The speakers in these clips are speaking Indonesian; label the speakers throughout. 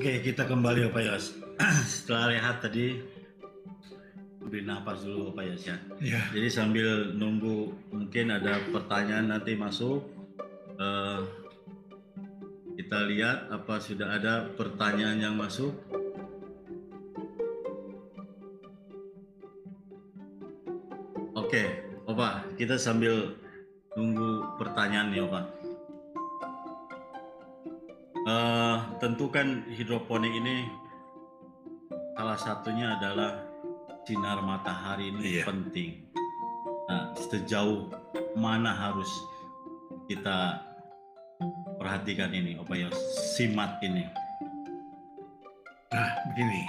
Speaker 1: Oke, kita kembali Pak Yos. Setelah rehat tadi, ambil napas dulu Pak Yos ya.
Speaker 2: Ya.
Speaker 1: Jadi sambil nunggu mungkin ada pertanyaan nanti masuk, kita lihat apa sudah ada pertanyaan yang masuk. Oke, Opa, kita sambil nunggu pertanyaan nih Opa. Tentu kan hidroponik ini salah satunya adalah sinar matahari ini penting. Nah, sejauh mana harus kita perhatikan ini, Opa Yos, simat ini?
Speaker 2: Nah, begini.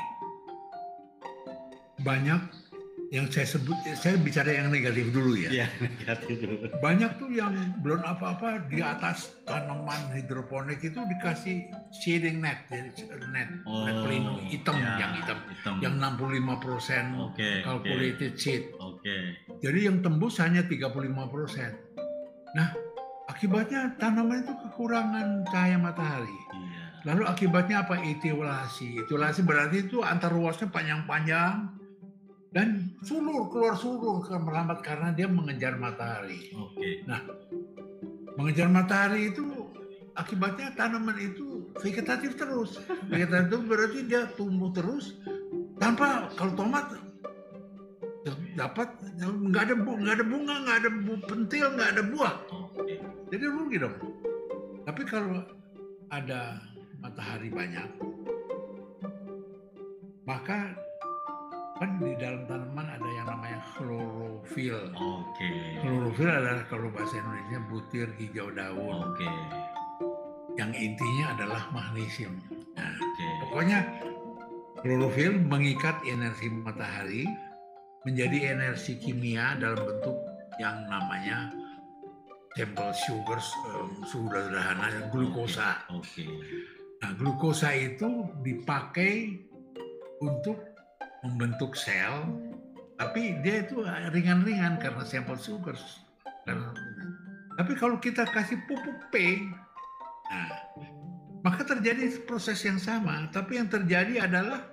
Speaker 2: Banyak yang saya bicara yang negatif dulu ya.
Speaker 1: Iya, negatif dulu.
Speaker 2: Banyak tuh yang belum apa-apa di atas tanaman hidroponik itu dikasih shading net, jadi net pelindung hitam,
Speaker 1: ya,
Speaker 2: hitam, yang 65% calculated shade. Jadi yang tembus hanya 35%. Nah, akibatnya tanaman itu kekurangan cahaya matahari. Lalu akibatnya apa? Etiolasi. Etiolasi berarti itu antar ruasnya panjang-panjang dan keluar sulur melambat karena dia mengejar matahari. Nah, mengejar matahari itu akibatnya tanaman itu vegetatif terus. Vegetatif itu berarti dia tumbuh terus tanpa, kalau tomat dapat nggak ada bunga, nggak ada pentil, nggak ada buah. Jadi rugi dong. Tapi kalau ada matahari banyak, maka kan di dalam tanaman ada yang namanya klorofil. Klorofil adalah, kalau bahasa Indonesia, butir hijau daun. Yang intinya adalah magnesium. Nah, pokoknya klorofil mengikat energi matahari menjadi energi kimia dalam bentuk yang namanya simple sugars, sudah sederhana, glukosa. Nah, glukosa itu dipakai untuk membentuk sel, tapi dia itu ringan-ringan karena simple sugars. Tapi kalau kita kasih pupuk P, nah, maka terjadi proses yang sama, tapi yang terjadi adalah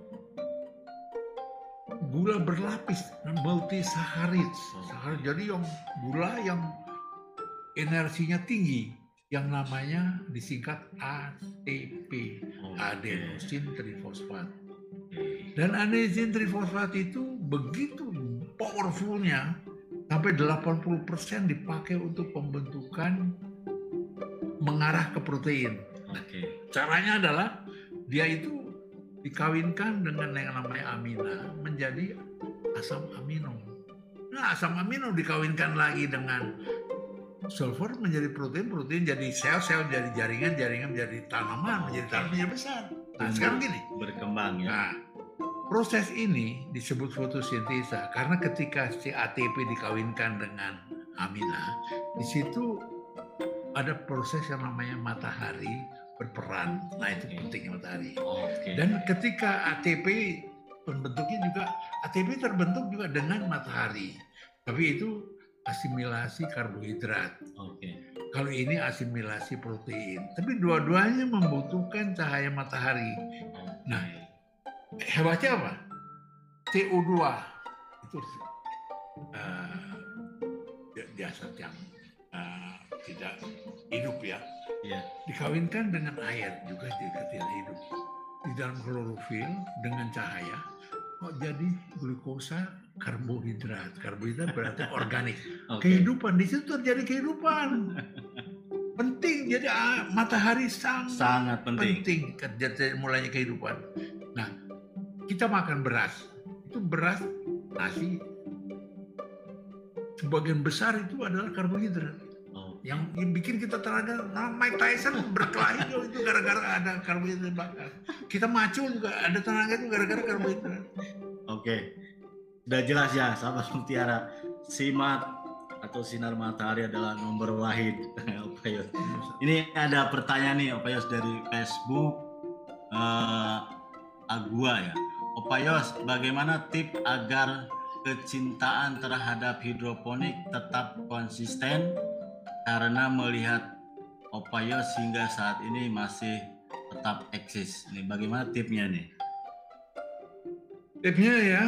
Speaker 2: gula berlapis, multisaccharides. Jadi yang gula yang energinya tinggi, yang namanya disingkat ATP, adenosine trifosfat. Dan adenosine trifosfat itu begitu powerfulnya, sampai 80% dipakai untuk pembentukan mengarah ke protein. Caranya adalah dia itu dikawinkan dengan yang namanya amina menjadi asam amino. Nah, asam amino dikawinkan lagi dengan sulfur menjadi protein jadi sel jadi jaringan menjadi tanaman, menjadi besar. Nah, sekarang gini,
Speaker 1: berkembang ya.
Speaker 2: Nah, proses ini disebut fotosintesa karena ketika si ATP dikawinkan dengan amina, di situ ada proses yang namanya matahari berperan. Nah, itu pentingnya matahari. Dan ketika ATP terbentuk juga dengan matahari. Tapi itu asimilasi karbohidrat. Kalau ini asimilasi protein. Tapi dua-duanya membutuhkan cahaya matahari. Nah, hebatnya apa? CO2 itu jasad yang tidak hidup ya. Dikawinkan dengan air juga tidak hidup. Di dalam klorofil dengan cahaya kok jadi glukosa karbohidrat. Karbohidrat berarti organik. Kehidupan di situ terjadi kehidupan. Penting. Jadi matahari sangat penting. Mulanya kehidupan. Nah, kita makan beras. Itu beras, nasi. Sebagian besar itu adalah karbohidrat. Yang bikin kita tenaga. Mike Tyson berkelahi itu gara-gara ada karbohidrat bakar. Kita maco juga ada tenaga itu gara-gara karbohidrat.
Speaker 1: Sudah jelas ya, sahabat Mutiara. Simat atau sinar matahari adalah nomor wahid. Ini ada pertanyaan nih, Opa Yos, dari Facebook Agua ya. Opa Yos, bagaimana tips agar kecintaan terhadap hidroponik tetap konsisten? Karena melihat Opa Yos hingga saat ini masih tetap eksis. Nih, bagaimana tipnya nih?
Speaker 2: Tipnya ya,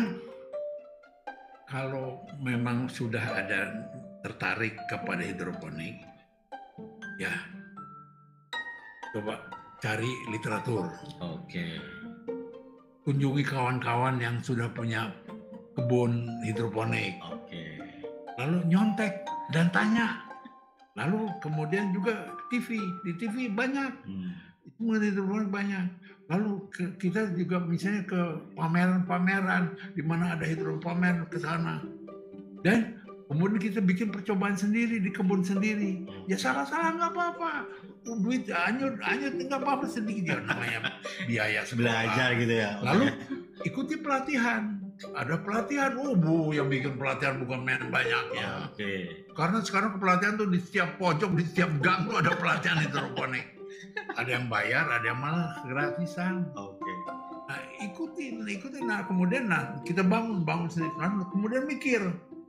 Speaker 2: kalau memang sudah ada tertarik kepada hidroponik, ya coba cari literatur.
Speaker 1: Oke.
Speaker 2: Kunjungi kawan-kawan yang sudah punya kebun hidroponik.
Speaker 1: Oke.
Speaker 2: Lalu nyontek dan tanya. Lalu kemudian juga TV, di TV banyak. Itu mengenai hidroponik banyak. Lalu kita juga misalnya ke pameran-pameran di mana ada hidroponik ke sana. Dan kemudian kita bikin percobaan sendiri di kebun sendiri. Ya salah-salah nggak apa-apa. Duit hanyut nggak apa-apa, sedikit ya namanya biaya sekolah.
Speaker 1: Belajar gitu ya.
Speaker 2: Lalu ikuti pelatihan. Ada pelatihan, Bu, yang bikin pelatihan bukan main banyaknya. Karena sekarang pelatihan tuh di setiap pojok, di setiap gang tuh ada pelatihan hidroponik. Ada yang bayar, ada yang malah gratisan. Nah, ikutin. Nah, kemudian kita bangun sendiri. Nah, kemudian mikir.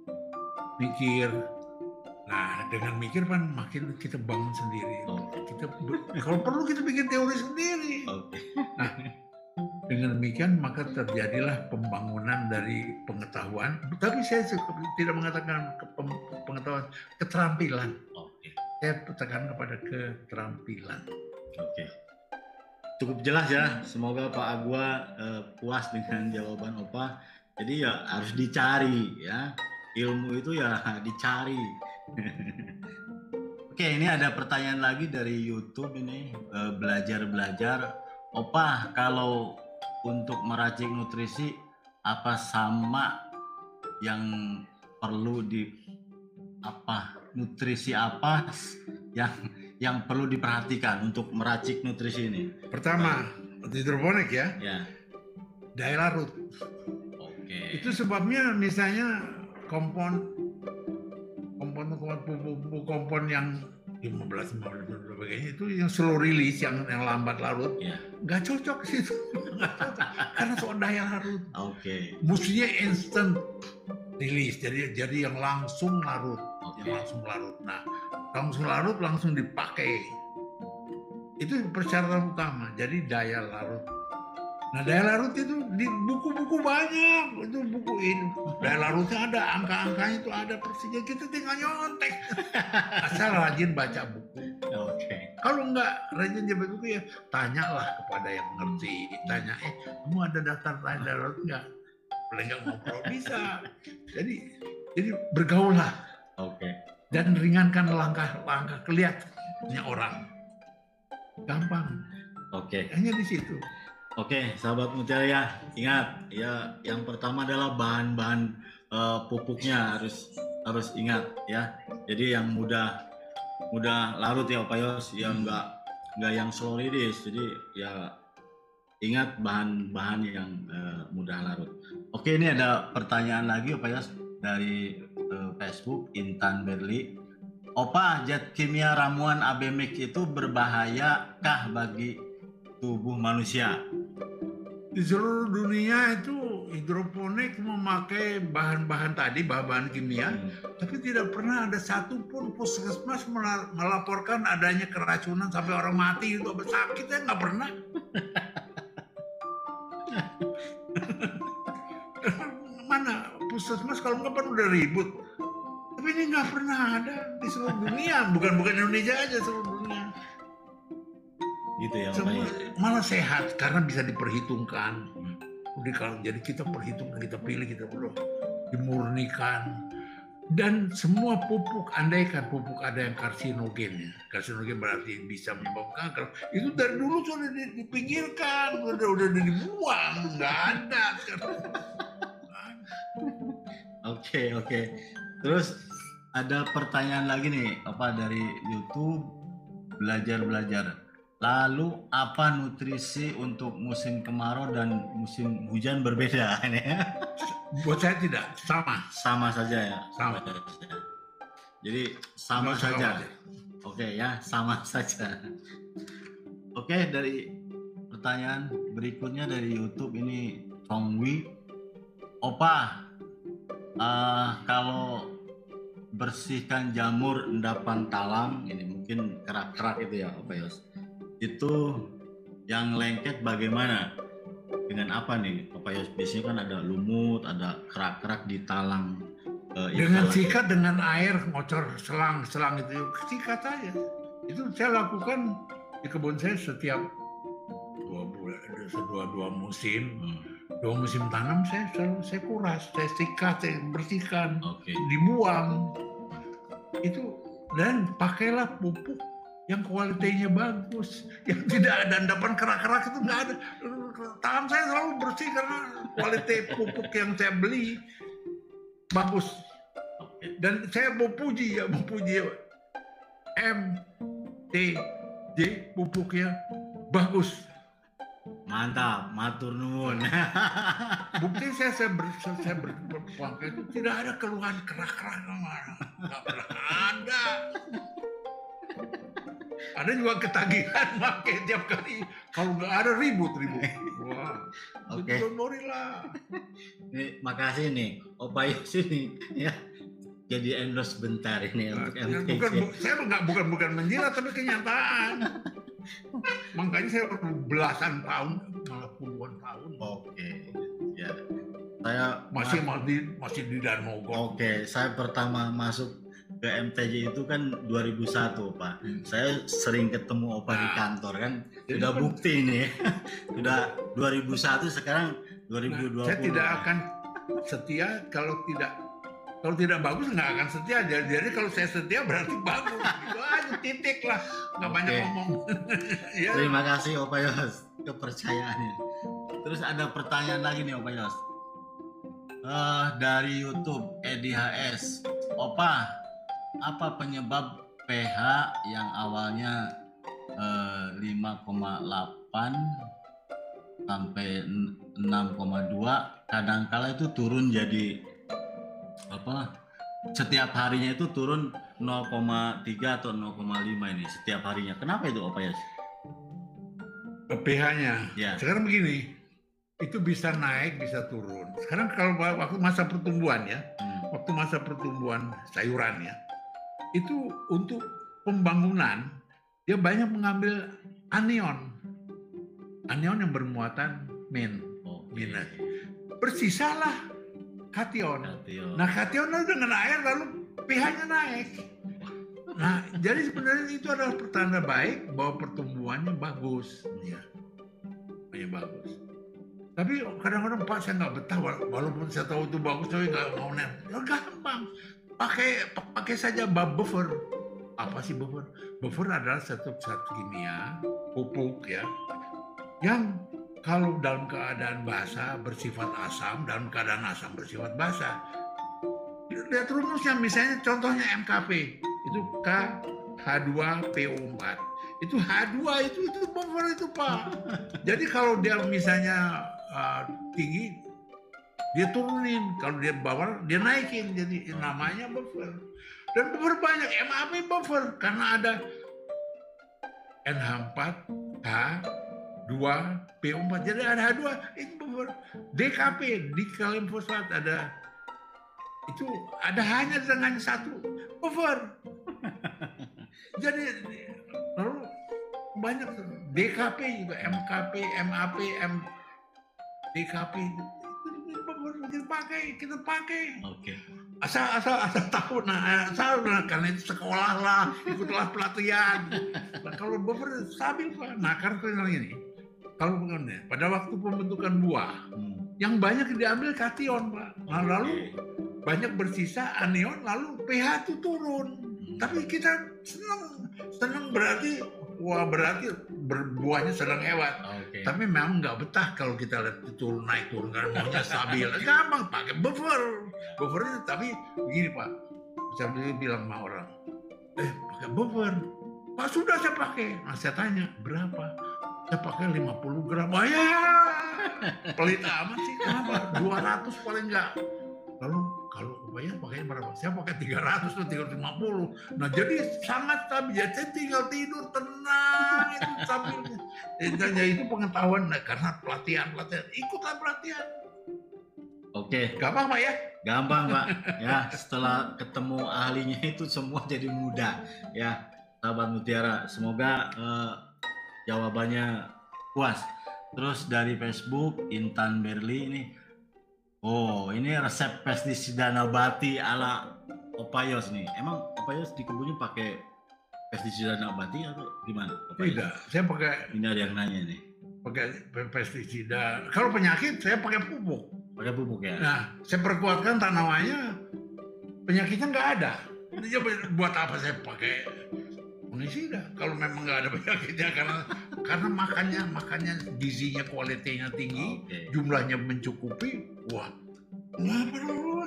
Speaker 2: Nah, dengan mikir kan makin kita bangun sendiri. Kalau perlu kita bikin teori sendiri. Nah, dengan demikian maka terjadilah pembangunan dari pengetahuan. Tapi saya tidak mengatakan pengetahuan, keterampilan. Saya tekan kepada keterampilan.
Speaker 1: Cukup jelas ya. Semoga Pak Agua puas dengan jawaban Opa. Jadi ya harus dicari ya. Ilmu itu ya dicari. Oke, ini ada pertanyaan lagi dari YouTube ini, belajar. Opa, kalau untuk meracik nutrisi apa sama yang perlu nutrisi apa yang perlu diperhatikan untuk meracik nutrisi ini?
Speaker 2: Pertama, hidroponik ya. Daya larut. Itu sebabnya misalnya kompon pupuk yang 15 sebagainya itu yang slow release, yang lambat larut, nggak cocok sih itu. Karena soal daya larut. Mestinya instant release, jadi yang langsung larut, Nah, langsung larut langsung dipakai. Itu persyaratan utama. Jadi daya larut. Nah, daya larut itu di buku-buku banyak, itu buku ini. Daya larutnya ada, angka-angkanya itu ada persisnya, kita tinggal nyontek. Asal rajin baca buku. Kalau enggak rajin baca buku ya tanyalah kepada yang ngerti. Tanya, kamu ada daftar daya larut enggak? Boleh enggak ngobrol? Bisa. Jadi bergaullah. Dan ringankan langkah kelihatannya orang. Gampang. Hanya di situ.
Speaker 1: Sahabat Mutiara, ingat ya, yang pertama adalah bahan-bahan pupuknya harus ingat ya. Jadi yang mudah larut ya Pak Yos, yang enggak yang slow release. Jadi ya ingat bahan-bahan yang mudah larut. Ini ada pertanyaan lagi Pak Yos dari Facebook Intan Berli. Opa, zat kimia ramuan Abemix itu berbahayakah bagi tubuh manusia?
Speaker 2: Di seluruh dunia itu hidroponik memakai bahan-bahan tadi, bahan-bahan kimia, tapi tidak pernah ada satupun puskesmas melaporkan adanya keracunan sampai orang mati itu sakit, ya nggak pernah. Mana puskesmas kalau nggak pernah udah ribut, tapi ini nggak pernah ada di seluruh dunia, bukan Indonesia aja, seluruh dunia.
Speaker 1: Gitu ya,
Speaker 2: semua malah sehat karena bisa diperhitungkan. Jadi kita perhitungkan, kita pilih, kita perlu dimurnikan. Dan semua pupuk, andaikan pupuk ada yang karsinogen berarti bisa menyebabkan kanker, itu dari dulu sudah dipinggirkan, udah dibuang, nggak ada.
Speaker 1: Oke. Terus ada pertanyaan lagi nih, dari YouTube, belajar. Lalu apa nutrisi untuk musim kemarau dan musim hujan berbeda?
Speaker 2: Buat saya tidak,
Speaker 1: sama saja ya.
Speaker 2: Sama.
Speaker 1: Jadi sama saja. Sama saja. Dari pertanyaan berikutnya dari YouTube ini, Chongwi. Opa, kalau bersihkan jamur endapan talam, ini mungkin kerak-kerak itu ya Opa Yos, itu Yang lengket bagaimana? Dengan apa nih? Opayos biasanya kan ada lumut, ada kerak-kerak di talang.
Speaker 2: Dengan sikat, dengan air, ngocor selang itu sikat aja. Itu saya lakukan di kebun saya setiap 2 bulan, dua musim. 2 musim tanam saya kuras, saya sikat, saya bersihkan, dibuang. Itu, dan pakailah pupuk yang kualitasnya bagus, yang tidak ada endapan kerak-kerak, itu nggak ada. Tangan saya selalu bersih karena kualitas pupuk yang saya beli bagus. Dan saya mau puji MTJ pupuknya bagus.
Speaker 1: Mantap, matur nuwun.
Speaker 2: Bukti saya berpakai itu tidak ada keluhan kerak-kerak, nggak pernah ada. Ada juga ketagihan pakai tiap kali, kalau nggak ada ribut. Wah,
Speaker 1: oke. Nih, makasih nih, Opayos ini ya jadi endorse bentar ini untuk MTJ.
Speaker 2: Saya bukan menjilat, tapi kenyataan. Makanya saya belasan tahun, malah puluhan tahun.
Speaker 1: Oke, ya. Saya
Speaker 2: masih di Danmogot.
Speaker 1: Oke, saya pertama masuk ke MTJ itu kan 2001, Pak. Saya sering ketemu Opa di kantor kan. Sudah bukti ini. Sudah 2001, sekarang 2020.
Speaker 2: Saya tidak akan setia kalau tidak bagus, nggak akan setia. Jadi kalau saya setia berarti bagus. Itu aja, titik lah. Nggak banyak ngomong.
Speaker 1: Ya. Terima kasih Opayos kepercayaannya. Terus ada pertanyaan lagi nih Opayos. Dari YouTube EDHS. Opa, apa penyebab pH yang awalnya 5,8 sampai 6,2 kadangkala itu turun jadi setiap harinya itu turun 0,3 atau 0,5 ini setiap harinya. Kenapa itu Opayos?
Speaker 2: pH-nya. Ya. Sekarang begini, itu bisa naik, bisa turun. Sekarang kalau waktu masa pertumbuhan ya, waktu masa pertumbuhan sayuran ya, itu untuk pembangunan dia banyak mengambil anion yang bermuatan minus. Bersisalah kation. Nah, kation dengan air lalu pH-nya naik. Nah, jadi sebenarnya itu adalah pertanda baik bahwa pertumbuhannya bagus. Ya, bagus. Tapi kadang-kadang Pak saya nggak betah, walaupun saya tahu itu bagus, tapi nggak mau gampang. Pakai saja buffer. Apa sih buffer? Buffer adalah satu kimia pupuk ya, yang kalau dalam keadaan basah bersifat asam, dalam keadaan asam bersifat basah. Lihat rumusnya, misalnya contohnya MKP, itu KH2PO4. Itu H2 itu buffer itu Pak. Jadi kalau dia misalnya tinggi, dia turunin. Kalau dia bawah, dia naikin. Jadi namanya buffer. Dan buffer banyak, MAP buffer. Karena ada NH4, H2PO4. Jadi ada H2, itu buffer. DKP, dikalium fosfat, ada. Itu ada hanya dengan satu buffer. Jadi lalu banyak DKP juga, MKP, MAP, DKP kita pakai.
Speaker 1: Oke.
Speaker 2: Asal tahu, karena itu sekolah lah, ikutlah pelatihan. Nah, kalau buffer stabil Pak. Nah, karena ini, kalau pada waktu pembentukan buah, yang banyak diambil kation Pak. Nah, lalu banyak bersisa anion, lalu pH itu turun. Tapi kita senang berarti berbuahnya sedang hebat. Tapi memang nggak betah kalau kita lihat turun naik karena maunya stabil. Gampang pakai buffer itu. Tapi begini Pak, saya bilang sama orang, pakai buffer. Pak sudah saya pakai. Nah saya tanya berapa? Saya pakai 50 gram. Oh ya, pelit amat sih. Kenapa? 200 paling nggak. Lalu kalau upaya pakai berapa? Saya pakai 300 atau 350. Nah jadi sangat stabil. Ya, saya tinggal tidur tenang itu stabilnya. Itu pengetahuan karena pelatihan. Ikutlah pelatihan.
Speaker 1: Oke.
Speaker 2: Gampang Pak ya?
Speaker 1: Gampang Pak. Ya setelah ketemu ahlinya itu semua jadi mudah. Ya sahabat Mutiara. Semoga jawabannya puas. Terus dari Facebook Intan Berli ini, oh ini resep pestisida nabati ala Opayos nih. Emang Opayos di kebunnya pakai pestisida nabati atau gimana?
Speaker 2: Tidak, saya pakai.
Speaker 1: Ini ada yang nanya nih.
Speaker 2: Pakai pestisida. Kalau penyakit saya pakai pupuk.
Speaker 1: Pakai pupuk ya.
Speaker 2: Nah, saya perkuatkan tanamannya, penyakitnya nggak ada. Jadi buat apa saya pakai fungisida kalau memang nggak ada penyakitnya, karena makannya gizinya, kualitinya tinggi, jumlahnya mencukupi. Wah, nggak perlu.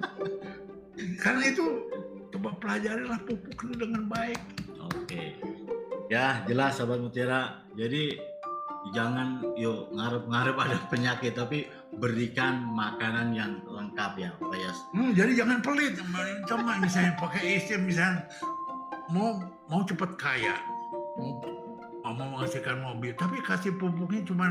Speaker 2: Karena itu coba pelajarilah pupuk itu dengan baik.
Speaker 1: Oke. Ya jelas Sobat Mutiara. Jadi jangan yuk ngarep-ngarep ada penyakit, tapi berikan makanan yang lengkap ya Pak Yos.
Speaker 2: Jadi jangan pelit. Coba misalnya pakai isim, misalnya mau cepat kaya, mau menghasilkan mobil, tapi kasih pupuknya cuma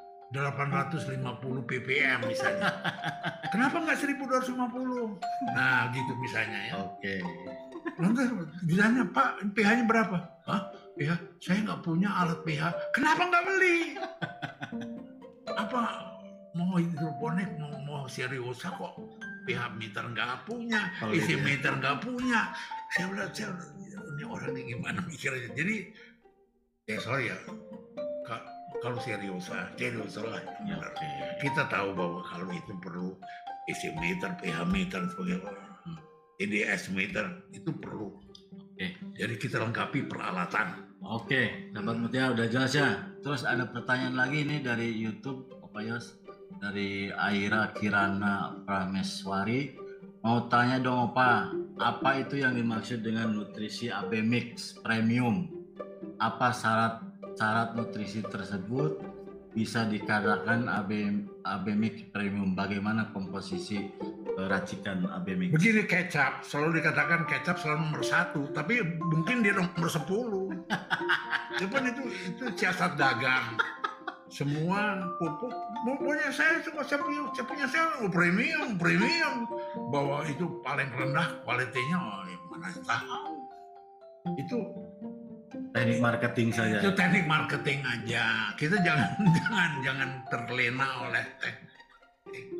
Speaker 2: 850 ppm misalnya. Kenapa nggak 1250? Nah gitu misalnya ya.
Speaker 1: Oke.
Speaker 2: Lantas ditanya, Pak pH-nya berapa? Hah? pH? Saya nggak punya alat pH. Kenapa nggak beli? Apa mau hidroponik, mau seriosa kok pH meter nggak punya, isi meter nggak punya. Saya bilang, ini orang ini gimana mikirnya? Jadi ya sorry ya, kalau serius lah. Kita tahu bahwa kalau itu perlu isi meter, pH meter, sebagainya, EDS meter itu perlu. Jadi kita lengkapi peralatan.
Speaker 1: Oke, Sahabat Mutiara udah jelas ya. Terus ada pertanyaan lagi nih dari YouTube, Pak Yos, dari Aira Kirana Prameswari. Mau tanya dong Opa, apa itu yang dimaksud dengan nutrisi AB Mix Premium? Apa syarat nutrisi tersebut bisa dikatakan AB Mix Premium? Bagaimana komposisi racikan AB Mix?
Speaker 2: Begini, kecap selalu dikatakan kecap selalu nomor 1, tapi mungkin dia nomor 10. Cuman itu siasat dagang. Semua pupuk, pokoknya saya punya premium, bahwa itu paling rendah kualitinya, mana tahu. Itu
Speaker 1: teknik marketing saja.
Speaker 2: Itu teknik marketing aja. Kita jangan terlena oleh teknik.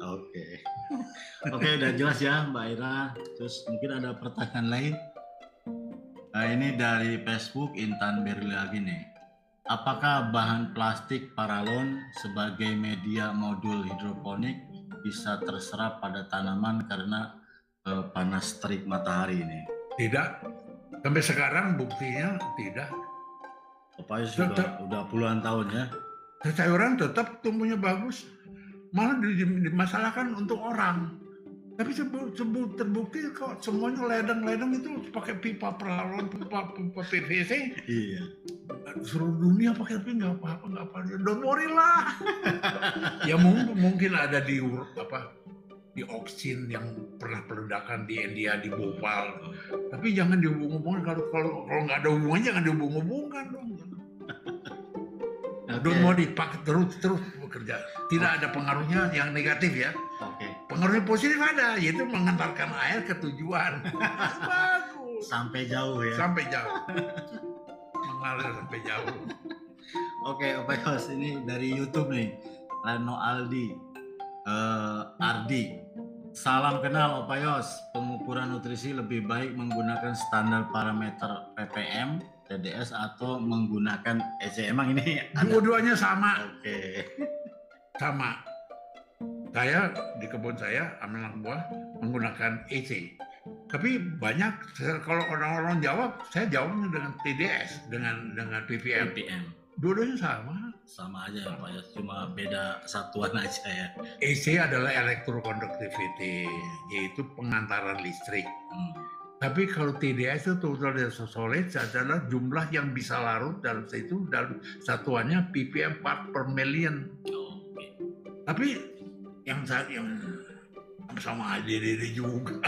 Speaker 1: Oke, udah jelas ya Mbak Ira. Terus mungkin ada pertanyaan lain. Nah ini dari Facebook Intan Berli lagi nih. Apakah bahan plastik paralon sebagai media modul hidroponik bisa terserap pada tanaman karena panas terik matahari ini?
Speaker 2: Tidak. Sampai sekarang buktinya tidak.
Speaker 1: Udah puluhan tahun ya.
Speaker 2: Sayuran tetap tumbuhnya bagus. Malah dimasalahkan untuk orang. Tapi terbukti kok semuanya ledeng itu pakai pipa paralon, pipa PVC.
Speaker 1: Iya.
Speaker 2: Seluruh dunia pakai pipa, nggak apa-apa. Don't worry lah. Ya mungkin ada di Oksin yang pernah peledakan di India, di Bhopal. Tapi jangan dihubung-hubungkan. Kalau nggak ada hubungan, jangan dihubung-hubungkan dong. Don't worry, pakai terus bekerja. Tidak ada pengaruhnya yang negatif ya. Pengaruhnya positif ada, yaitu mengantarkan air ke tujuan. Bagus.
Speaker 1: Sampai jauh ya.
Speaker 2: Sampai jauh. Mengalir sampai jauh.
Speaker 1: Oke, Pak Yos, ini dari YouTube nih. Reno Ardi. Salam kenal Pak Yos. Pengukuran nutrisi lebih baik menggunakan standar parameter ppm, TDS atau menggunakan EC. Emang ini
Speaker 2: dua-duanya sama.
Speaker 1: Oke.
Speaker 2: Sama. Saya di kebun saya ambil anak buah menggunakan EC. Tapi banyak kalau orang-orang jawab, saya jawabnya dengan TDS, dengan ppm. Dua-duanya sama
Speaker 1: aja Pak ya, cuma beda satuan aja ya.
Speaker 2: EC adalah electroconductivity, yaitu pengantaran listrik. Tapi kalau TDS itu total solid adalah jumlah yang bisa larut dalam situ, dalam satuannya ppm part per million. Tapi yang sama aja juga.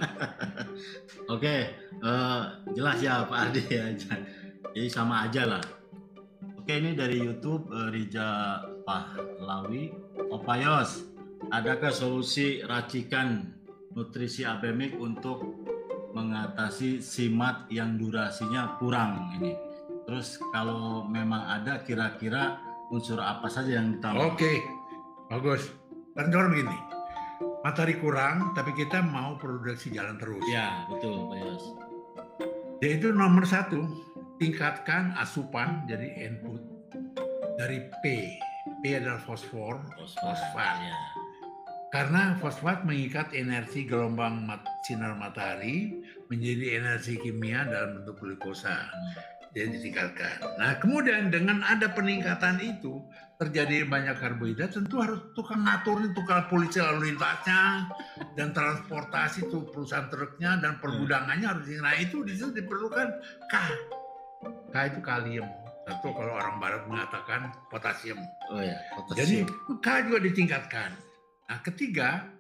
Speaker 1: Oke, jelas ya Pak Ardi ya. Jadi sama aja lah. Oke, ini dari YouTube Rija Pahlawi. Pak Yos, adakah solusi racikan nutrisi AB Mix untuk mengatasi simat yang durasinya kurang ini? Terus kalau memang ada, kira-kira unsur apa saja yang ditambah?
Speaker 2: Oke, bagus. Contoh begini, matahari kurang, tapi kita mau produksi jalan terus.
Speaker 1: Ya, betul, Pak Yos.
Speaker 2: Yaitu nomor 1, tingkatkan asupan, jadi input dari P. P adalah fosfat.
Speaker 1: Ya.
Speaker 2: Karena fosfat mengikat energi gelombang sinar matahari menjadi energi kimia dalam bentuk glukosa. Jadi ditingkatkan. Nah, kemudian dengan ada peningkatan itu terjadi banyak karbohidrat, tentu harus tukang ngatur, tukang polisi lalu lintasnya dan transportasi tuh perusahaan truknya dan pergudangannya harus. Nah, itu di situ diperlukan K. K itu kalium. Atau kalau orang barat mengatakan potasium.
Speaker 1: Oh ya, potasium.
Speaker 2: Jadi K juga ditingkatkan. Nah, ketiga,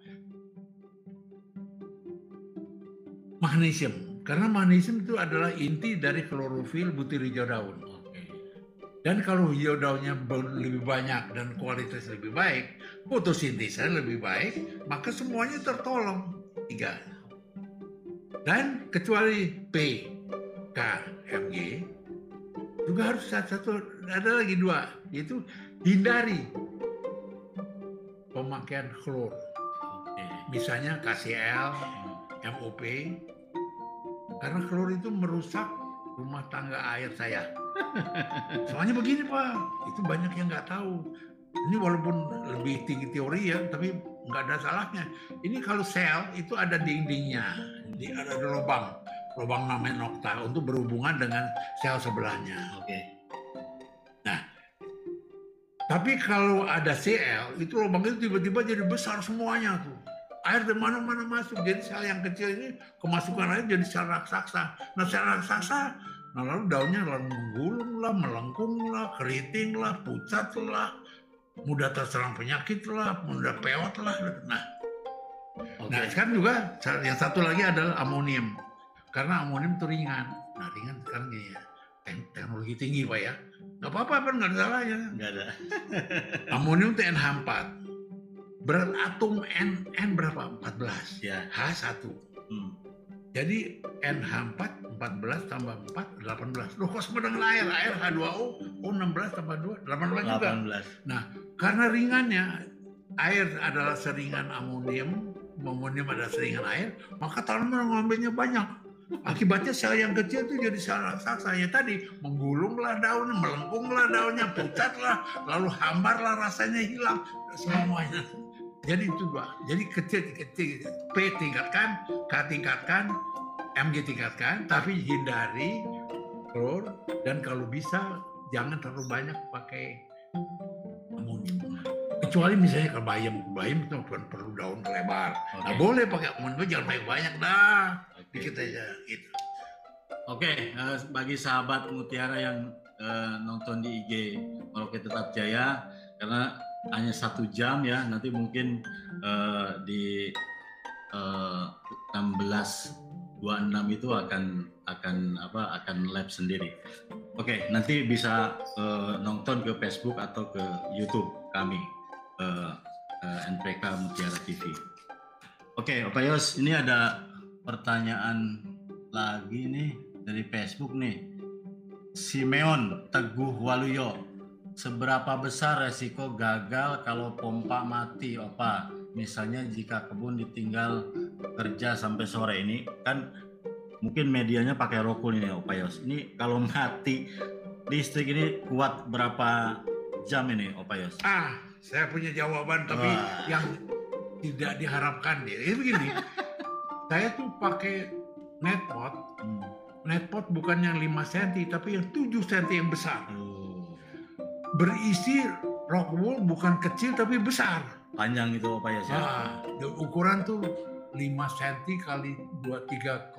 Speaker 2: magnesium. Karena magnesium itu adalah inti dari klorofil butir hijau daun. Dan kalau hijau daunnya lebih banyak dan kualitas lebih baik, fotosintesa lebih baik, maka semuanya tertolong. 3. Dan kecuali P, K, Mg, juga harus satu, ada lagi 2, yaitu hindari pemakaian klor. Misalnya KCl, MOP, karena klor itu merusak rumah tangga air saya. Soalnya begini Pak, itu banyak yang nggak tahu. Ini walaupun lebih tinggi teori ya, tapi nggak ada salahnya. Ini kalau sel itu ada dindingnya, ada lubang namanya nokta untuk berhubungan dengan sel sebelahnya. Nah, tapi kalau ada Cl, itu lubang itu tiba-tiba jadi besar semuanya tuh. Air dari mana-mana masuk. Jadi sel yang kecil ini kemasukan air jadi sel raksasa. Nah, sel raksasa, lalu daunnya lalu menggulung lah, melengkung lah, keriting lah, pucat lah, mudah terserang penyakit lah, mudah pewot lah. Nah, sekarang juga yang satu lagi adalah amonium. Karena amonium itu ringan. Nah, ringan sekarang gini ya. Teknologi tinggi Pak ya. Nggak apa-apa kan, nggak ada salahnya.
Speaker 1: Nggak ada.
Speaker 2: Amonium itu NH4. Berat atom N berapa? 14.
Speaker 1: Ya.
Speaker 2: H1. Jadi NH4 14 tambah 4 18. Loh kok sama dengan air? Air H2O 16 tambah 2 18 juga.
Speaker 1: 18.
Speaker 2: Nah, karena ringannya air adalah seringan amonium adalah seringan air, maka tanaman mengambilnya banyak. Akibatnya sel yang kecil itu jadi sel raksasa ya tadi, menggulunglah daunnya, melengkunglah daunnya, pucatlah, lalu hambarlah, rasanya hilang semuanya. Jadi itu 2. Jadi kecil P tingkatkan, K tingkatkan, Mg tingkatkan, tapi hindari klor dan kalau bisa jangan terlalu banyak pakai amonium. Kecuali misalnya ke bayam itu perlu daun lebar. Nah, boleh pakai amonium, jangan banyak dah. Dikit aja gitu.
Speaker 1: Bagi sahabat Mutiara yang nonton di IG Merauke Tetap Jaya, karena hanya 1 jam ya, nanti mungkin di 16.26 itu akan live sendiri. Nanti bisa nonton ke Facebook atau ke YouTube kami, NPK Mutiara TV. Pak Yos, ini ada pertanyaan lagi nih dari Facebook nih. Simeon Teguh Waluyo, seberapa besar resiko gagal kalau pompa mati, Opa? Misalnya jika kebun ditinggal kerja sampai sore, ini kan mungkin medianya pakai rokul ini, Opa Yos. Ini kalau mati listrik ini kuat berapa jam ini, Opa Yos?
Speaker 2: Saya punya jawaban, tapi yang tidak diharapkan dia. Ini begini. Saya tuh pakai netpot. Netpot bukan yang 5 cm, tapi yang 7 cm yang besar. Berisi rock wool bukan kecil, tapi besar.
Speaker 1: Panjang itu Pak Yos ya?
Speaker 2: Ukuran tuh 5 cm kali 3,5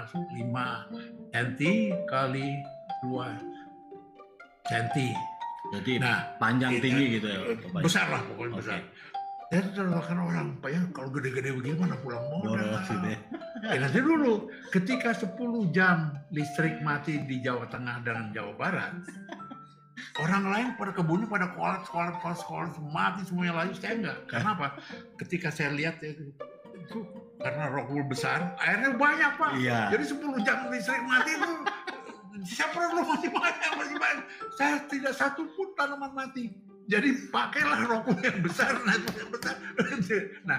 Speaker 2: cm kali 2 cm.
Speaker 1: Jadi panjang tinggi gitu ya?
Speaker 2: Besar lah pokoknya besar. Saya terlakukan orang, Pak ya, kalau gede-gede begini mana pulang modal. Nanti dulu, ketika 10 jam listrik mati di Jawa Tengah dan Jawa Barat, orang lain pada kebunnya pada kolap, mati semuanya layu, saya enggak. Karena apa? Ketika saya lihat itu karena rock wool besar, airnya banyak Pak.
Speaker 1: Iya.
Speaker 2: Jadi 10 jam listrik mati itu, saya pernah masih banyak. Saya tidak satu pun tanaman mati. Jadi pakailah rokok yang besar, yang besar. Nah,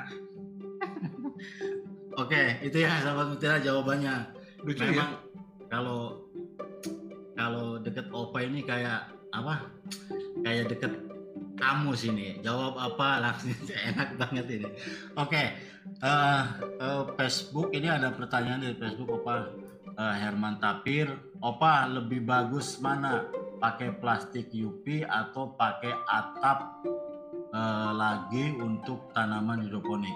Speaker 1: oke, itu ya sahabat Mutiara jawabannya.
Speaker 2: lucu
Speaker 1: Memang
Speaker 2: ya?
Speaker 1: Kalau deket Opa ini kayak apa? Kayak deket kamu sini. Jawab apa langsung enak banget ini. Oke, Facebook ini ada pertanyaan dari Facebook Opa. Herman Tapir, Opa lebih bagus mana? Pakai plastik UV atau pakai atap lagi untuk tanaman hidroponik?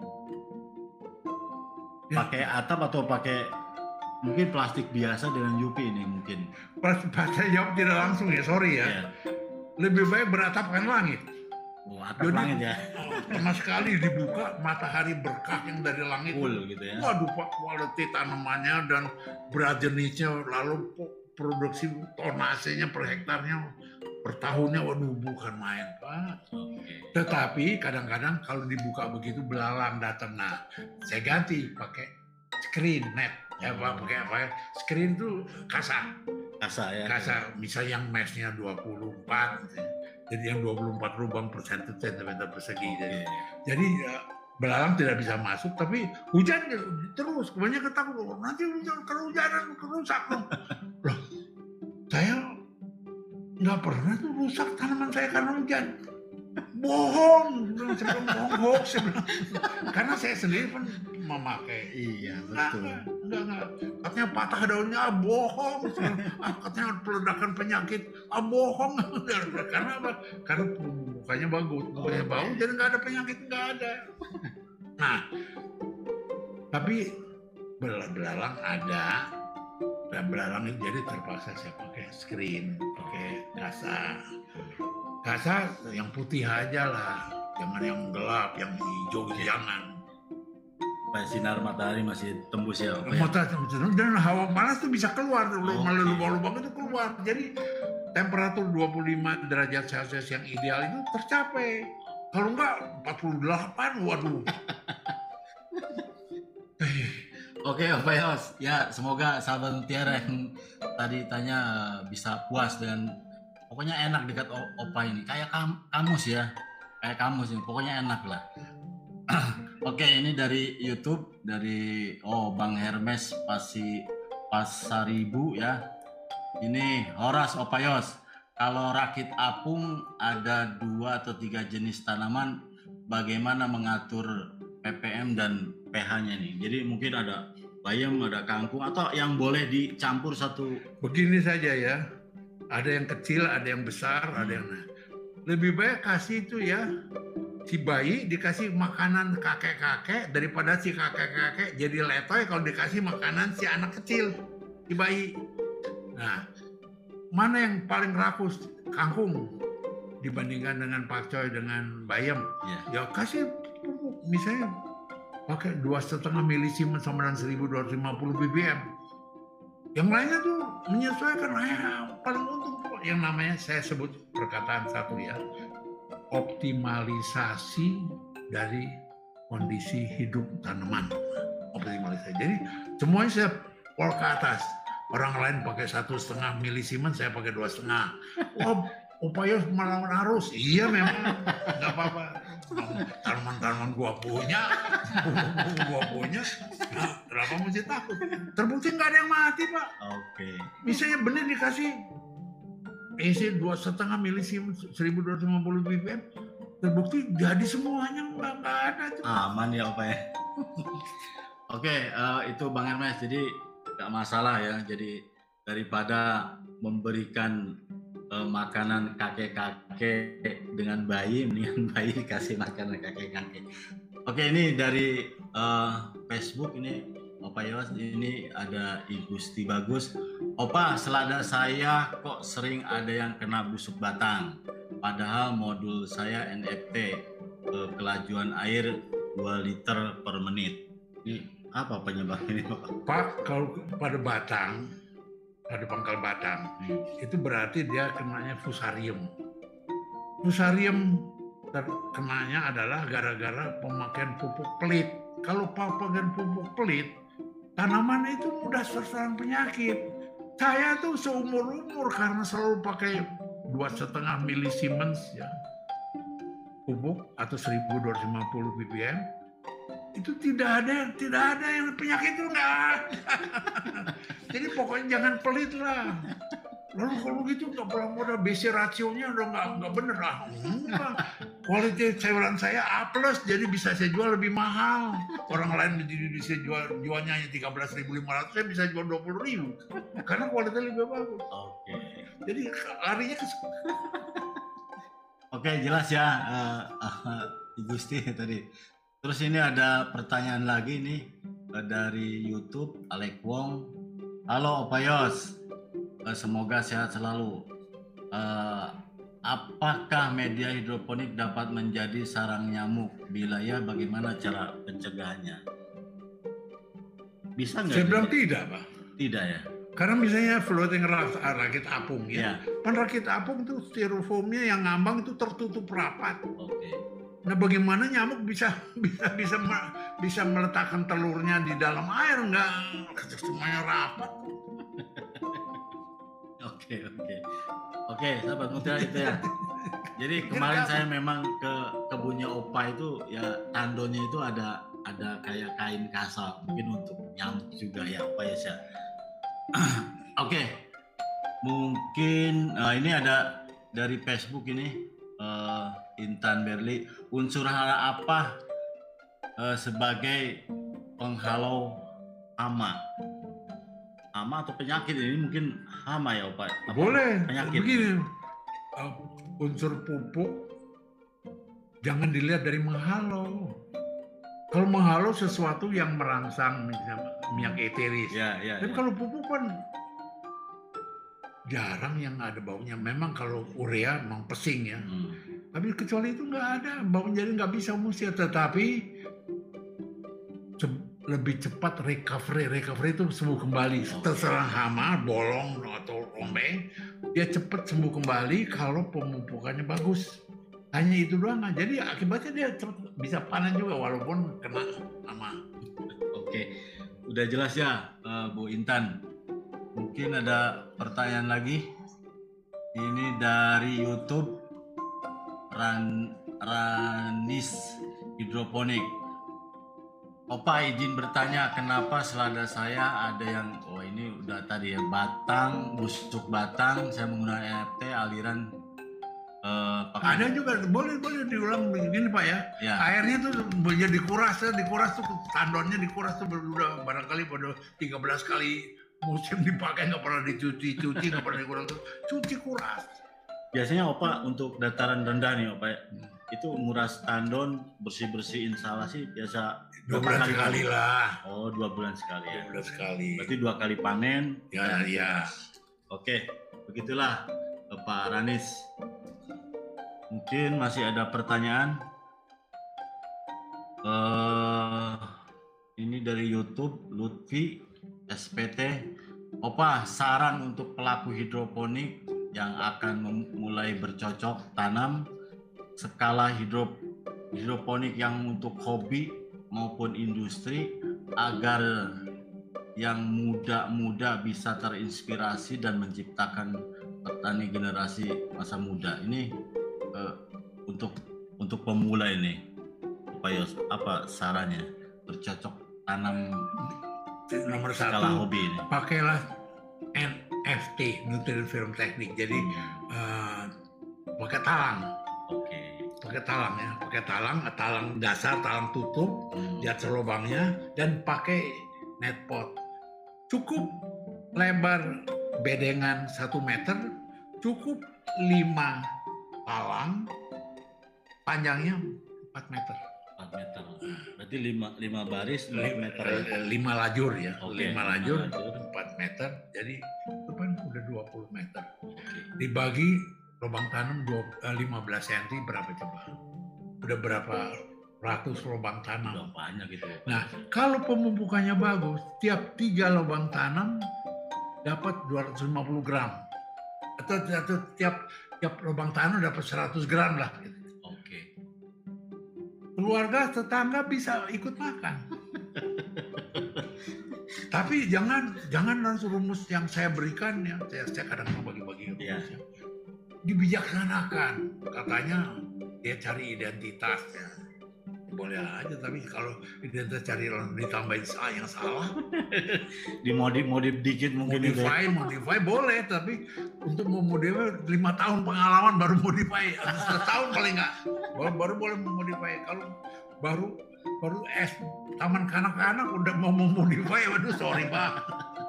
Speaker 1: Pakai atap atau pakai mungkin plastik biasa dengan UV ini mungkin?
Speaker 2: Saya jawab tidak langsung ya, sorry ya. Yeah. Lebih baik beratapkan langit.
Speaker 1: Oh, atap langit ya.
Speaker 2: Sama sekali dibuka, matahari berkah yang dari langit.
Speaker 1: Full gitu ya.
Speaker 2: Waduh Pak, kualitas tanamannya dan berat jenisnya, lalu produksi tonasenya per hektarnya, per tahunnya, waduh bukan main Pak. Okay. Tetapi kadang-kadang kalau dibuka begitu belalang datang. Nah, saya ganti pakai screen net. Ya Pak, pakai apa ya? Screen itu kasa ya. Kasa, misalnya yang mesnya 24, jadi yang 24 lubang per sentimeter persegi. Jadi belalang tidak bisa masuk, tapi hujan terus. Kebanyakan takut, nanti kehujanan kerusak. Loh, saya nggak pernah tuh rusak tanaman saya karena hujan. Bohong, hoax. Karena saya sendiri pun memakai.
Speaker 1: Iya betul.
Speaker 2: Enggak. Katanya patah daunnya, bohong. Katanya peledakan penyakit, bohong. Karena apa? Karena mukanya bagus, mukanya bau, jadi nggak ada penyakit, nggak ada. Nah, tapi belalang ada. Dan belalang itu jadi terpaksa saya pakai screen, pakai kasa yang putih aja lah, jangan yang gelap, yang hijau jangan.
Speaker 1: Sinar matahari masih tembus ya.
Speaker 2: Dan hawa panas tuh bisa keluar, melalui lubang-lubang itu keluar. Jadi temperatur 25 derajat Celcius yang ideal itu tercapai. Kalau enggak 48, waduh.
Speaker 1: Oke, Pak Yos. Ya, semoga sahabat Mutiara yang tadi tanya bisa puas dengan pokoknya enak dekat Opa ini. Kayak kamus ya. Kayak kamus ini. Pokoknya enak lah. Oke, ini dari YouTube dari Bang Hermes Pasaribu ya. Ini Horas Opa Yos. Kalau rakit apung ada 2 atau 3 jenis tanaman, bagaimana mengatur ppm dan pH-nya nih? Jadi mungkin ada bayam, ada kangkung, atau yang boleh dicampur satu.
Speaker 2: Begini saja ya, ada yang kecil, ada yang besar, ada yang lebih baik kasih itu ya, si bayi dikasih makanan kakek-kakek daripada si kakek-kakek jadi letoy kalau dikasih makanan si anak kecil, si bayi. Nah, mana yang paling rakus? Kangkung dibandingkan dengan pakcoy dengan bayam. Ya kasih pupuk, misalnya pakai 2,5 milisimen sama dengan 1250 ppm. Yang lainnya tuh menyesuaikan, paling untung yang namanya saya sebut perkataan satu ya, optimalisasi dari kondisi hidup tanaman. Optimalisasi. Jadi semuanya saya pol ke atas. Orang lain pakai 1,5 milisimen, saya pakai 2,5. Upaya melawan arus. Iya memang nggak apa-apa. Tanaman-tanaman gua punya, nah, kenapa mesti takut? Terbukti nggak ada yang mati Pak.
Speaker 1: Oke.
Speaker 2: Misalnya benih dikasih isi 2,5 milisimen 1250 ppm, terbukti jadi semuanya nggak ada tuh.
Speaker 1: Aman ya Pak ya. Oke, itu Bang Hermes. Jadi nggak masalah ya. Jadi daripada memberikan makanan kakek-kakek dengan bayi, mendingan bayi dikasih makanan kakek-kakek. Oke, ini dari Facebook ini Opa Yos, ini ada Igusti Bagus. Opa, selada saya kok sering ada yang kena busuk batang, padahal modul saya NFT, kelajuan air 2 liter per menit. Ini apa penyebabnya Pak?
Speaker 2: Pak, kalau pada batang, pada pangkal batang, itu berarti dia kenanya fusarium. Fusarium terkenanya adalah gara-gara pemakaian pupuk pelit. Kalau pemakaian pupuk pelit, tanaman itu mudah terserang penyakit. Saya tuh seumur-umur karena selalu pakai 2,5 milisiemens ya pupuk atau 1.250 ppm itu tidak ada yang penyakit itu nggak ada. Jadi pokoknya jangan pelit lah. Lalu kalau gitu nggak pernah modal BC rasionya udah nggak bener lah. Kualitas sayuran saya A+, jadi bisa saya jual lebih mahal. Orang lain bisa jualnya hanya 13.500, saya bisa jual 20.000 karena kualitasnya lebih bagus.
Speaker 1: Oke.
Speaker 2: Jadi larinya ke
Speaker 1: Oke, jelas ya, Gusti tadi. Terus ini ada pertanyaan lagi nih dari YouTube, Alek Wong. Halo Opayos, semoga sehat selalu. Apakah media hidroponik dapat menjadi sarang nyamuk? Bila ya, bagaimana cara pencegahannya? Bisa nggak?
Speaker 2: Saya bilang tidak, Pak.
Speaker 1: Tidak ya?
Speaker 2: Karena misalnya floating rakit apung ya. Kan rakit apung itu styrofoamnya yang ngambang itu tertutup rapat.
Speaker 1: Oke.
Speaker 2: Nah, bagaimana nyamuk bisa meletakkan telurnya di dalam air, nggak semuanya rapat.
Speaker 1: Oke, sahabat mutiara itu ya. Jadi kemarin saya memang ke kebunnya Opa itu ya, tandonya itu ada kayak kain kasa, mungkin untuk nyamuk juga ya Opa ya. Oke. Mungkin ini ada dari Facebook ini, Intan Berli, unsur hara apa sebagai penghalau hama atau penyakit? Ini mungkin hama ya Pak?
Speaker 2: Boleh.
Speaker 1: Penyakit.
Speaker 2: Begini, unsur pupuk jangan dilihat dari menghalau. Kalau menghalau sesuatu yang merangsang minyak eteris. Tapi kalau pupuk kan jarang yang ada baunya. Memang kalau urea memang pesing ya. Tapi kecuali itu nggak ada baunya, jadi nggak bisa musir. Tetapi lebih cepat recovery itu sembuh kembali. Terserang hama, bolong atau rombeng, dia cepat sembuh kembali kalau pemupukannya bagus. Hanya itu doang. Jadi akibatnya dia bisa panen juga walaupun kena hama.
Speaker 1: Oke, udah jelas ya Bu Intan. Mungkin ada pertanyaan lagi. Ini dari YouTube, Ranis Hidroponik. Opa izin bertanya, kenapa selada saya ada yang, ini udah tadi ya, busuk batang, saya menggunakan NFT aliran
Speaker 2: ada juga, boleh diulang begini Pak ya. Airnya tuh jadi dikuras tuh tandonnya dikuras tuh udah barangkali pada 13 kali musim dipakai, nggak pernah dicuci, nggak pernah dikuras, cuci kuras.
Speaker 1: Biasanya Opa untuk dataran rendah nih Opa ya, itu nguras tandon, bersih instalasi biasa
Speaker 2: 2 bulan sekali lah.
Speaker 1: 2 bulan sekali ya.
Speaker 2: 2 bulan sekali.
Speaker 1: Berarti 2 kali panen.
Speaker 2: Ya.
Speaker 1: Oke, begitulah Pak Ranis. Mungkin masih ada pertanyaan. Ini dari YouTube, Lutfi SPT. Opa, saran untuk pelaku hidroponik yang akan mulai bercocok tanam, skala hidroponik yang untuk hobi maupun industri, agar yang muda bisa terinspirasi dan menciptakan petani generasi masa muda. Ini untuk pemula ini, apa sarannya bercocok tanam?
Speaker 2: Nomor
Speaker 1: skala
Speaker 2: 1,
Speaker 1: hobi ini,
Speaker 2: pakailah NFT, Nutrien Film Teknik. Jadi pakai talang. Pakai talang ya, talang dasar, talang tutup, di atas lubangnya, dan pakai netpot. Cukup lebar bedengan 1 meter, cukup 5 talang, panjangnya 4 meter.
Speaker 1: 4 meter. Berarti 5 baris 4 meter.
Speaker 2: 5 lajur ya. 5 lajur 4 meter. Jadi itu kan udah 20 meter. Dibagi lubang tanam 15 cm, berapa coba? Udah berapa ratus lubang tanam.
Speaker 1: Udah banyak gitu.
Speaker 2: Nah, kalau pemupukannya bagus, tiap 3 lubang tanam dapat 250 gram. Atau tiap lubang tanam dapat 100 gram lah. Keluarga, tetangga bisa ikut makan. Tapi jangan langsung rumus yang saya berikan ya. Saya kadang bagi-bagi rumus ya. dibijaksanakan. Katanya dia cari identitasnya. Boleh aja, tapi kalau identitas cari ditambahin yang salah,
Speaker 1: dimodif dikit mungkin.
Speaker 2: Modify boleh, tapi untuk memodify 5 tahun pengalaman baru modify, atau 1 tahun paling nggak baru boleh memodify. Kalau baru taman kanak-kanak udah mau memodify, waduh sorry Pak.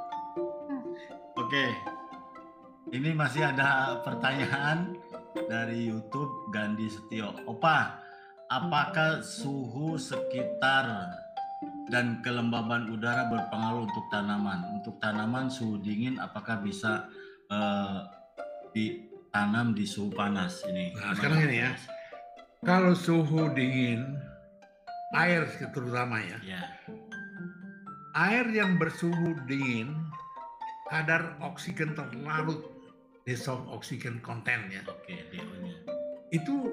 Speaker 1: Oke, ini masih ada pertanyaan dari YouTube Gandhi Setio. Opa, apakah suhu sekitar dan kelembaban udara berpengaruh untuk tanaman? Untuk tanaman suhu dingin apakah bisa ditanam di suhu panas ini?
Speaker 2: Nah, sekarang ini ya, kalau suhu dingin, air terutama ya, air yang bersuhu dingin, kadar oksigen terlarut, dissolved oxygen content ya.
Speaker 1: DO-nya.
Speaker 2: Itu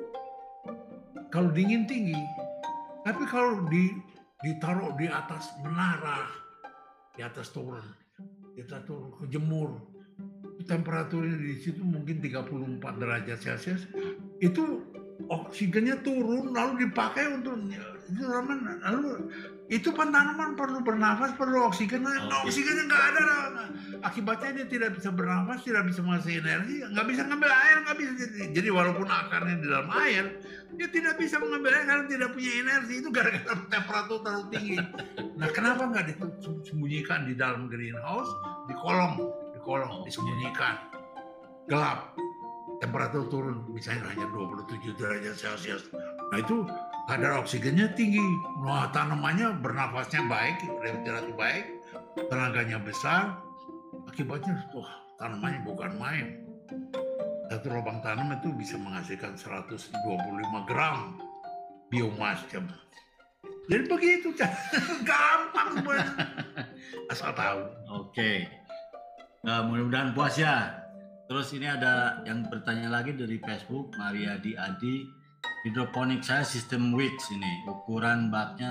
Speaker 2: kalau dingin tinggi, tapi kalau ditaruh di atas menara, di atas toren, kita turun ke jemur, temperaturnya di situ mungkin 34 derajat Celcius, itu oksigennya turun lalu dipakai untuk itu tanaman, lalu itu tanaman perlu bernafas, perlu oksigen. Oksigennya nggak ada, akibatnya dia tidak bisa bernafas, tidak bisa menghasilkan energi, nggak bisa ngambil air, nggak bisa. Jadi walaupun akarnya di dalam air, dia tidak bisa mengambil air karena tidak punya energi. Itu gara-gara temperatur terlalu tinggi. Nah, kenapa nggak disembunyikan di dalam greenhouse, di kolong disembunyikan, gelap, temperatur turun misalnya hanya 27 derajat Celcius. Nah itu kadar oksigennya tinggi, nah tanamannya bernafasnya baik, respirasi baik, tenaganya besar, akibatnya tanamannya bukan main. Satu lubang tanam itu bisa menghasilkan 125 gram biomas. Jadi begitu, gampang semuanya, asal tahu.
Speaker 1: Oke. Mudah-mudahan puas ya. Terus ini ada yang bertanya lagi dari Facebook, Maria Adi. Hidroponik saya sistem Wicks ini, ukuran baknya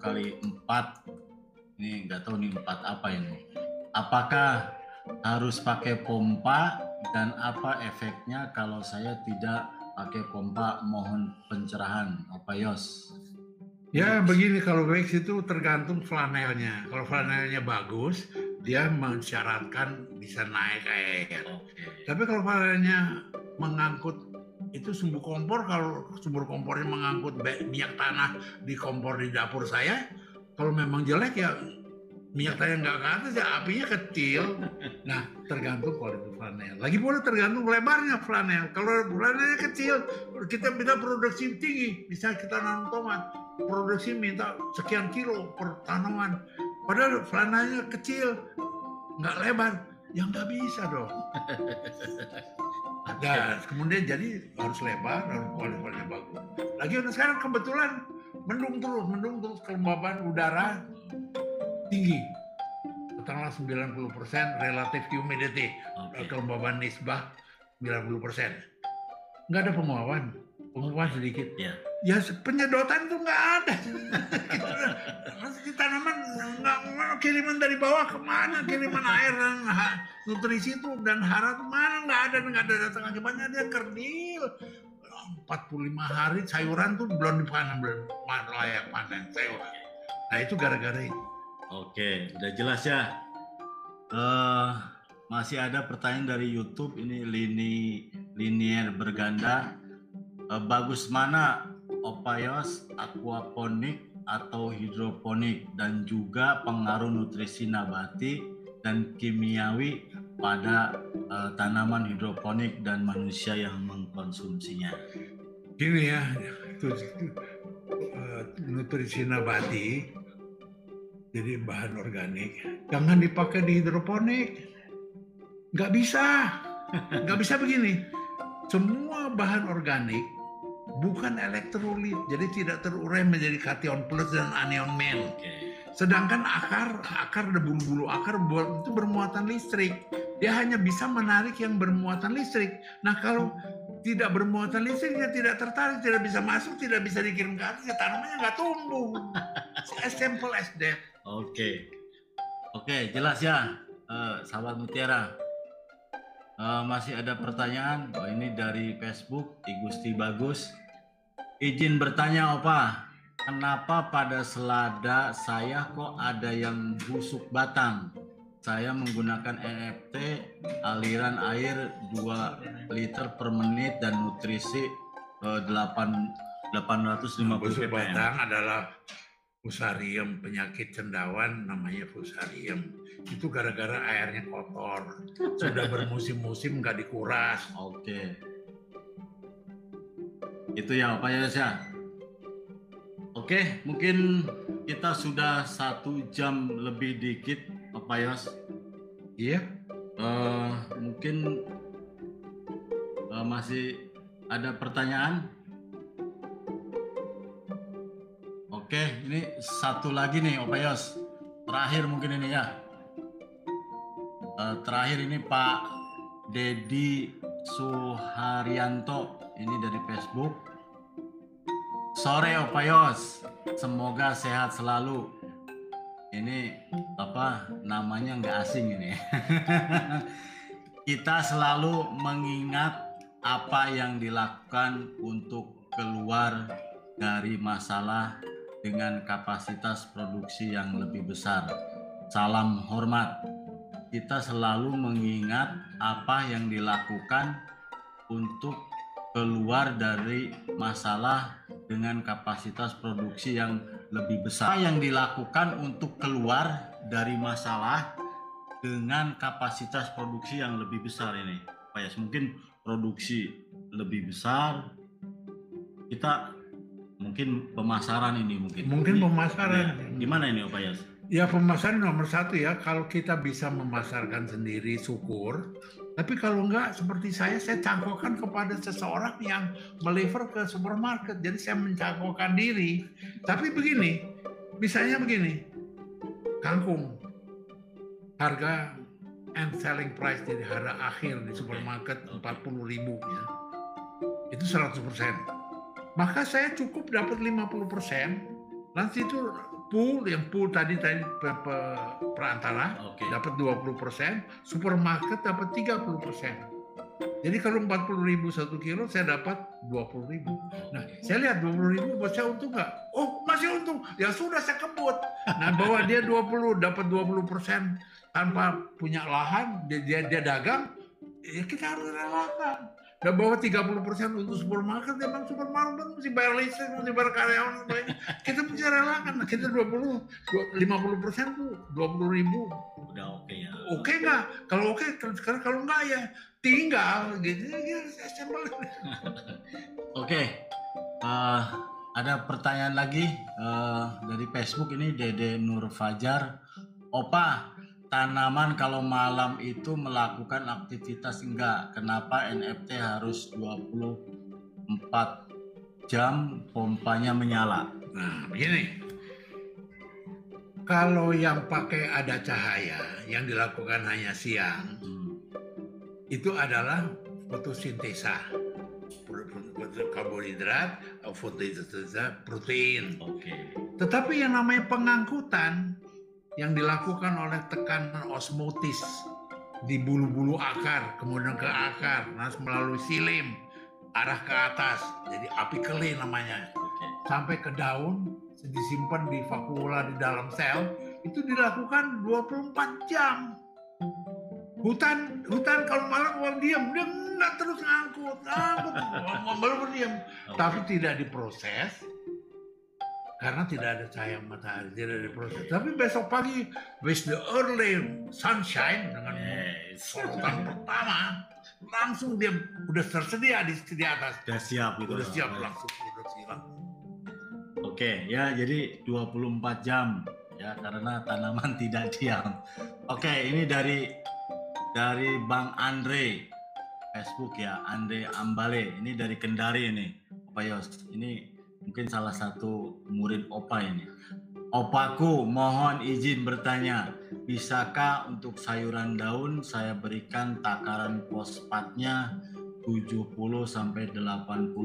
Speaker 1: 1x4. Ini nggak tahu nih 4 apa ini. Apakah harus pakai pompa dan apa efeknya kalau saya tidak pakai pompa? Mohon pencerahan, Opa Yos.
Speaker 2: Ya begini, kalau Wicks itu tergantung flanelnya. Kalau flanelnya bagus, dia mensyaratkan bisa naik air. Tapi kalau flanelnya mengangkut, itu sumbu kompor, kalau sumber kompornya mengangkut minyak tanah di kompor di dapur saya, kalau memang jelek ya minyak tanah nggak ke atas ya apinya kecil. Nah tergantung kualitas flanel. Lagi pula tergantung lebarnya flanel. Kalau flanelnya kecil, kita minta produksi tinggi, bisa kita nanam tomat, produksi minta sekian kilo per tanaman. Padahal flanelnya kecil, nggak lebar, ya nggak bisa dong. Dan kemudian jadi harus lebar, harus kualitasnya bagus. Lagi sekarang kebetulan mendung terus, kelembaban udara tinggi. Katakanlah 90% relative humidity, kelembaban nisbah 90%. Nggak ada penguapan sedikit. Ya penyedotan itu nggak ada. Tanaman nggak kiriman dari bawah kemana, kiriman air dan nutrisi itu dan hara kemana, nggak ada datang. Akibatnya dia kerdil. 45 hari sayuran tuh belum dipanen, belum layak panen sayuran. Nah itu gara-gara itu.
Speaker 1: Oke, udah jelas ya. Masih ada pertanyaan dari YouTube ini, linier berganda. Bagus mana Opa Yos, aquaponik atau hidroponik, dan juga pengaruh nutrisi nabati dan kimiawi pada tanaman hidroponik dan manusia yang mengkonsumsinya.
Speaker 2: Gini ya, itu nutrisi nabati jadi bahan organik, jangan dipakai di hidroponik. Nggak bisa begini. Semua bahan organik bukan elektrolit, jadi tidak terurai menjadi kation plus dan anion min. Sedangkan akar ada bulu-bulu akar itu bermuatan listrik. Dia hanya bisa menarik yang bermuatan listrik. Nah kalau tidak bermuatan listrik, dia tidak tertarik, tidak bisa masuk, tidak bisa dikirim ke atas, ya tanamannya nggak tumbuh. As simple as that.
Speaker 1: Oke, jelas ya, sahabat Mutiara. Masih ada pertanyaan. Oh, ini dari Facebook, Igusti Bagus. Izin bertanya, Opa, kenapa pada selada saya kok ada yang busuk batang? Saya menggunakan NFT aliran air 2 liter per menit dan nutrisi 850
Speaker 2: busuk
Speaker 1: ppm.
Speaker 2: Batang adalah fusarium, penyakit cendawan namanya fusarium. Itu gara-gara airnya kotor. Sudah bermusim-musim nggak dikuras.
Speaker 1: Oke. Itu ya Pak Yos ya. Oke, mungkin kita sudah 1 jam lebih dikit Pak Yos.
Speaker 2: Iya.
Speaker 1: Mungkin masih ada pertanyaan. Oke, ini satu lagi nih Pak Yos. Terakhir mungkin ini ya. Terakhir ini Pak Dedi Suharyanto, ini dari Facebook. Sore Opa Yos, semoga sehat selalu. Ini apa namanya nggak asing ini. Kita selalu mengingat apa yang dilakukan untuk keluar dari masalah dengan kapasitas produksi yang lebih besar. Salam hormat. Kita selalu mengingat apa yang dilakukan untuk keluar dari masalah dengan kapasitas produksi yang lebih besar. Apa yang dilakukan untuk keluar dari masalah dengan kapasitas produksi yang lebih besar ini, Pak Yos? Mungkin produksi lebih besar, kita mungkin pemasaran ini mungkin.
Speaker 2: Mungkin pemasaran.
Speaker 1: Ya, gimana ini Pak Yos?
Speaker 2: Ya pemasaran nomor 1 ya, kalau kita bisa memasarkan sendiri syukur. Tapi kalau enggak seperti saya cangkokkan kepada seseorang yang meliver ke supermarket. Jadi saya mencangkokkan diri. Tapi begini, misalnya begini, kangkung, harga end selling price jadi harga akhir di supermarket 40.000 ya. Itu 100%. Maka saya cukup dapat 50%. Nanti itu pool tadi perantara dapat 20%, supermarket dapat 30%. Jadi kalau 40.000 1 kilo saya dapat 20.000. Nah, saya lihat 20.000 buat saya untung nggak? Oh, masih untung. Ya sudah saya kebut. Nah, bahwa dia 20 dapat 20% tanpa punya lahan, dia dagang, ya kita harus relakan. Dan bahwa 30% untuk supermarket, memang supermarket mesti bayar listrik, mesti bayar karyawan, kita mesti relakan. Nah, kita 50% tuh 20.000.
Speaker 1: Udah oke ya?
Speaker 2: Oke nggak? Kalau oke, kalau nggak ya tinggal gitu.
Speaker 1: Oke. Ada pertanyaan lagi dari Facebook ini, Dede Nur Fajar. Opa, tanaman kalau malam itu melakukan aktivitas enggak? Kenapa NFT harus 24 jam pompanya menyala?
Speaker 2: Nah, begini. Kalau yang pakai ada cahaya, yang dilakukan hanya siang, itu adalah fotosintesa. Karbohidrat, fotosintesa protein. Tetapi yang namanya pengangkutan yang dilakukan oleh tekanan osmotis di bulu-bulu akar, kemudian ke akar, melalui silim, arah ke atas, jadi apikele namanya, sampai ke daun, disimpan di vakula di dalam sel, itu dilakukan 24 jam. Hutan kalau malam orang diam, dia nggak terus ngangkut, baru berdiam, tapi tidak diproses. Karena tidak ada cahaya matahari, tidak diproses. Tapi besok pagi, with the early sunshine, dengan sorotan pertama, langsung dia udah tersedia di atas.
Speaker 1: Udah siap gitu.
Speaker 2: Udah siap langsung, udah siap.
Speaker 1: Oke, ya jadi 24 jam ya, karena tanaman tidak diam. Oke, ini dari Bang Andre Facebook ya, Andre Ambale. Ini dari Kendari ini, Opa Yos. Ini mungkin salah satu murid Opa ini. Opaku, mohon izin bertanya, bisakah untuk sayuran daun saya berikan takaran fosfatnya 70-80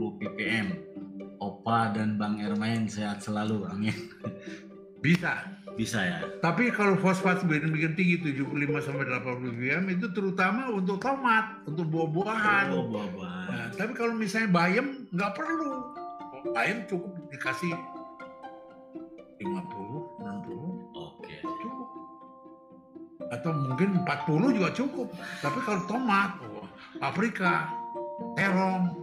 Speaker 1: ppm? Opa dan Bang Ermain sehat selalu, amin.
Speaker 2: Bisa,
Speaker 1: Bisa ya.
Speaker 2: Tapi kalau fosfat bikin tinggi 75 sampai 80 ppm itu terutama untuk tomat, untuk buah-buahan.
Speaker 1: Oh, buah-buahan.
Speaker 2: Nah, tapi kalau misalnya bayam nggak perlu. Bayam cukup dikasih 50, 60.
Speaker 1: Oke.
Speaker 2: Cukup. Atau mungkin 40 juga cukup. Tapi kalau tomat, paprika, terong,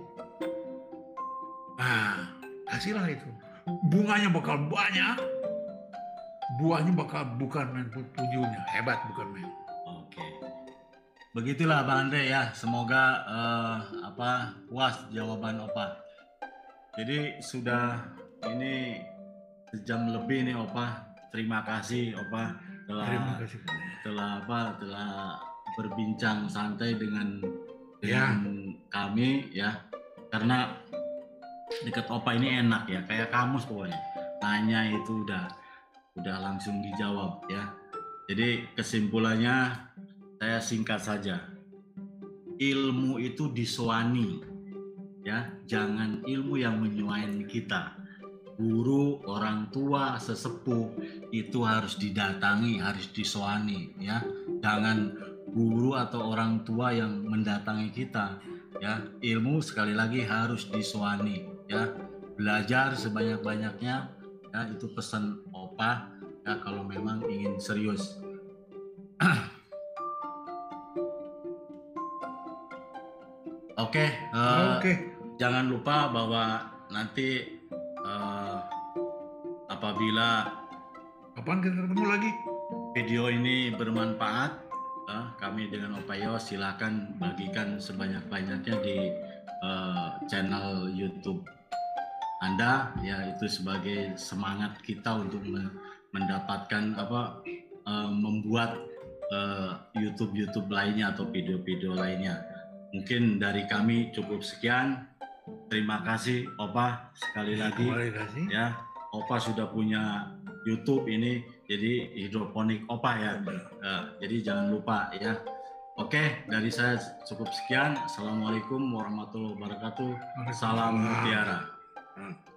Speaker 2: nah kasihlah itu. Bunganya bakal banyak, buahnya bakal bukan main tujuhnya, hebat bukan main.
Speaker 1: Oke. Begitulah Bang Andre ya. Semoga puas jawaban Opa. Jadi sudah ini sejam lebih nih Opa. Terima kasih Opa telah berbincang santai dengan kami ya. Karena dekat Opa ini enak ya, kayak kamus pokoknya. Tanya itu udah langsung dijawab ya. Jadi kesimpulannya saya singkat saja. Ilmu itu disowani ya, jangan ilmu yang menyuain kita. Guru, orang tua, sesepuh itu harus didatangi, harus disowani ya. Jangan guru atau orang tua yang mendatangi kita ya. Ilmu sekali lagi harus disowani ya. Belajar sebanyak-banyaknya ya, itu pesan Opa ya kalau memang ingin serius. Oke. Jangan lupa bahwa nanti apabila
Speaker 2: kapan kita ketemu lagi
Speaker 1: video ini bermanfaat, kami dengan Opa Yos silakan bagikan sebanyak-banyaknya di channel YouTube Anda ya, itu sebagai semangat kita untuk mendapatkan membuat YouTube lainnya atau video-video lainnya. Mungkin dari kami cukup sekian. Terima kasih Opa sekali lagi ya. Opa sudah punya YouTube ini, jadi hidroponik Opa ya. Jadi jangan lupa ya. Oke, dari saya cukup sekian. Assalamualaikum warahmatullahi wabarakatuh. Salam Mutiara.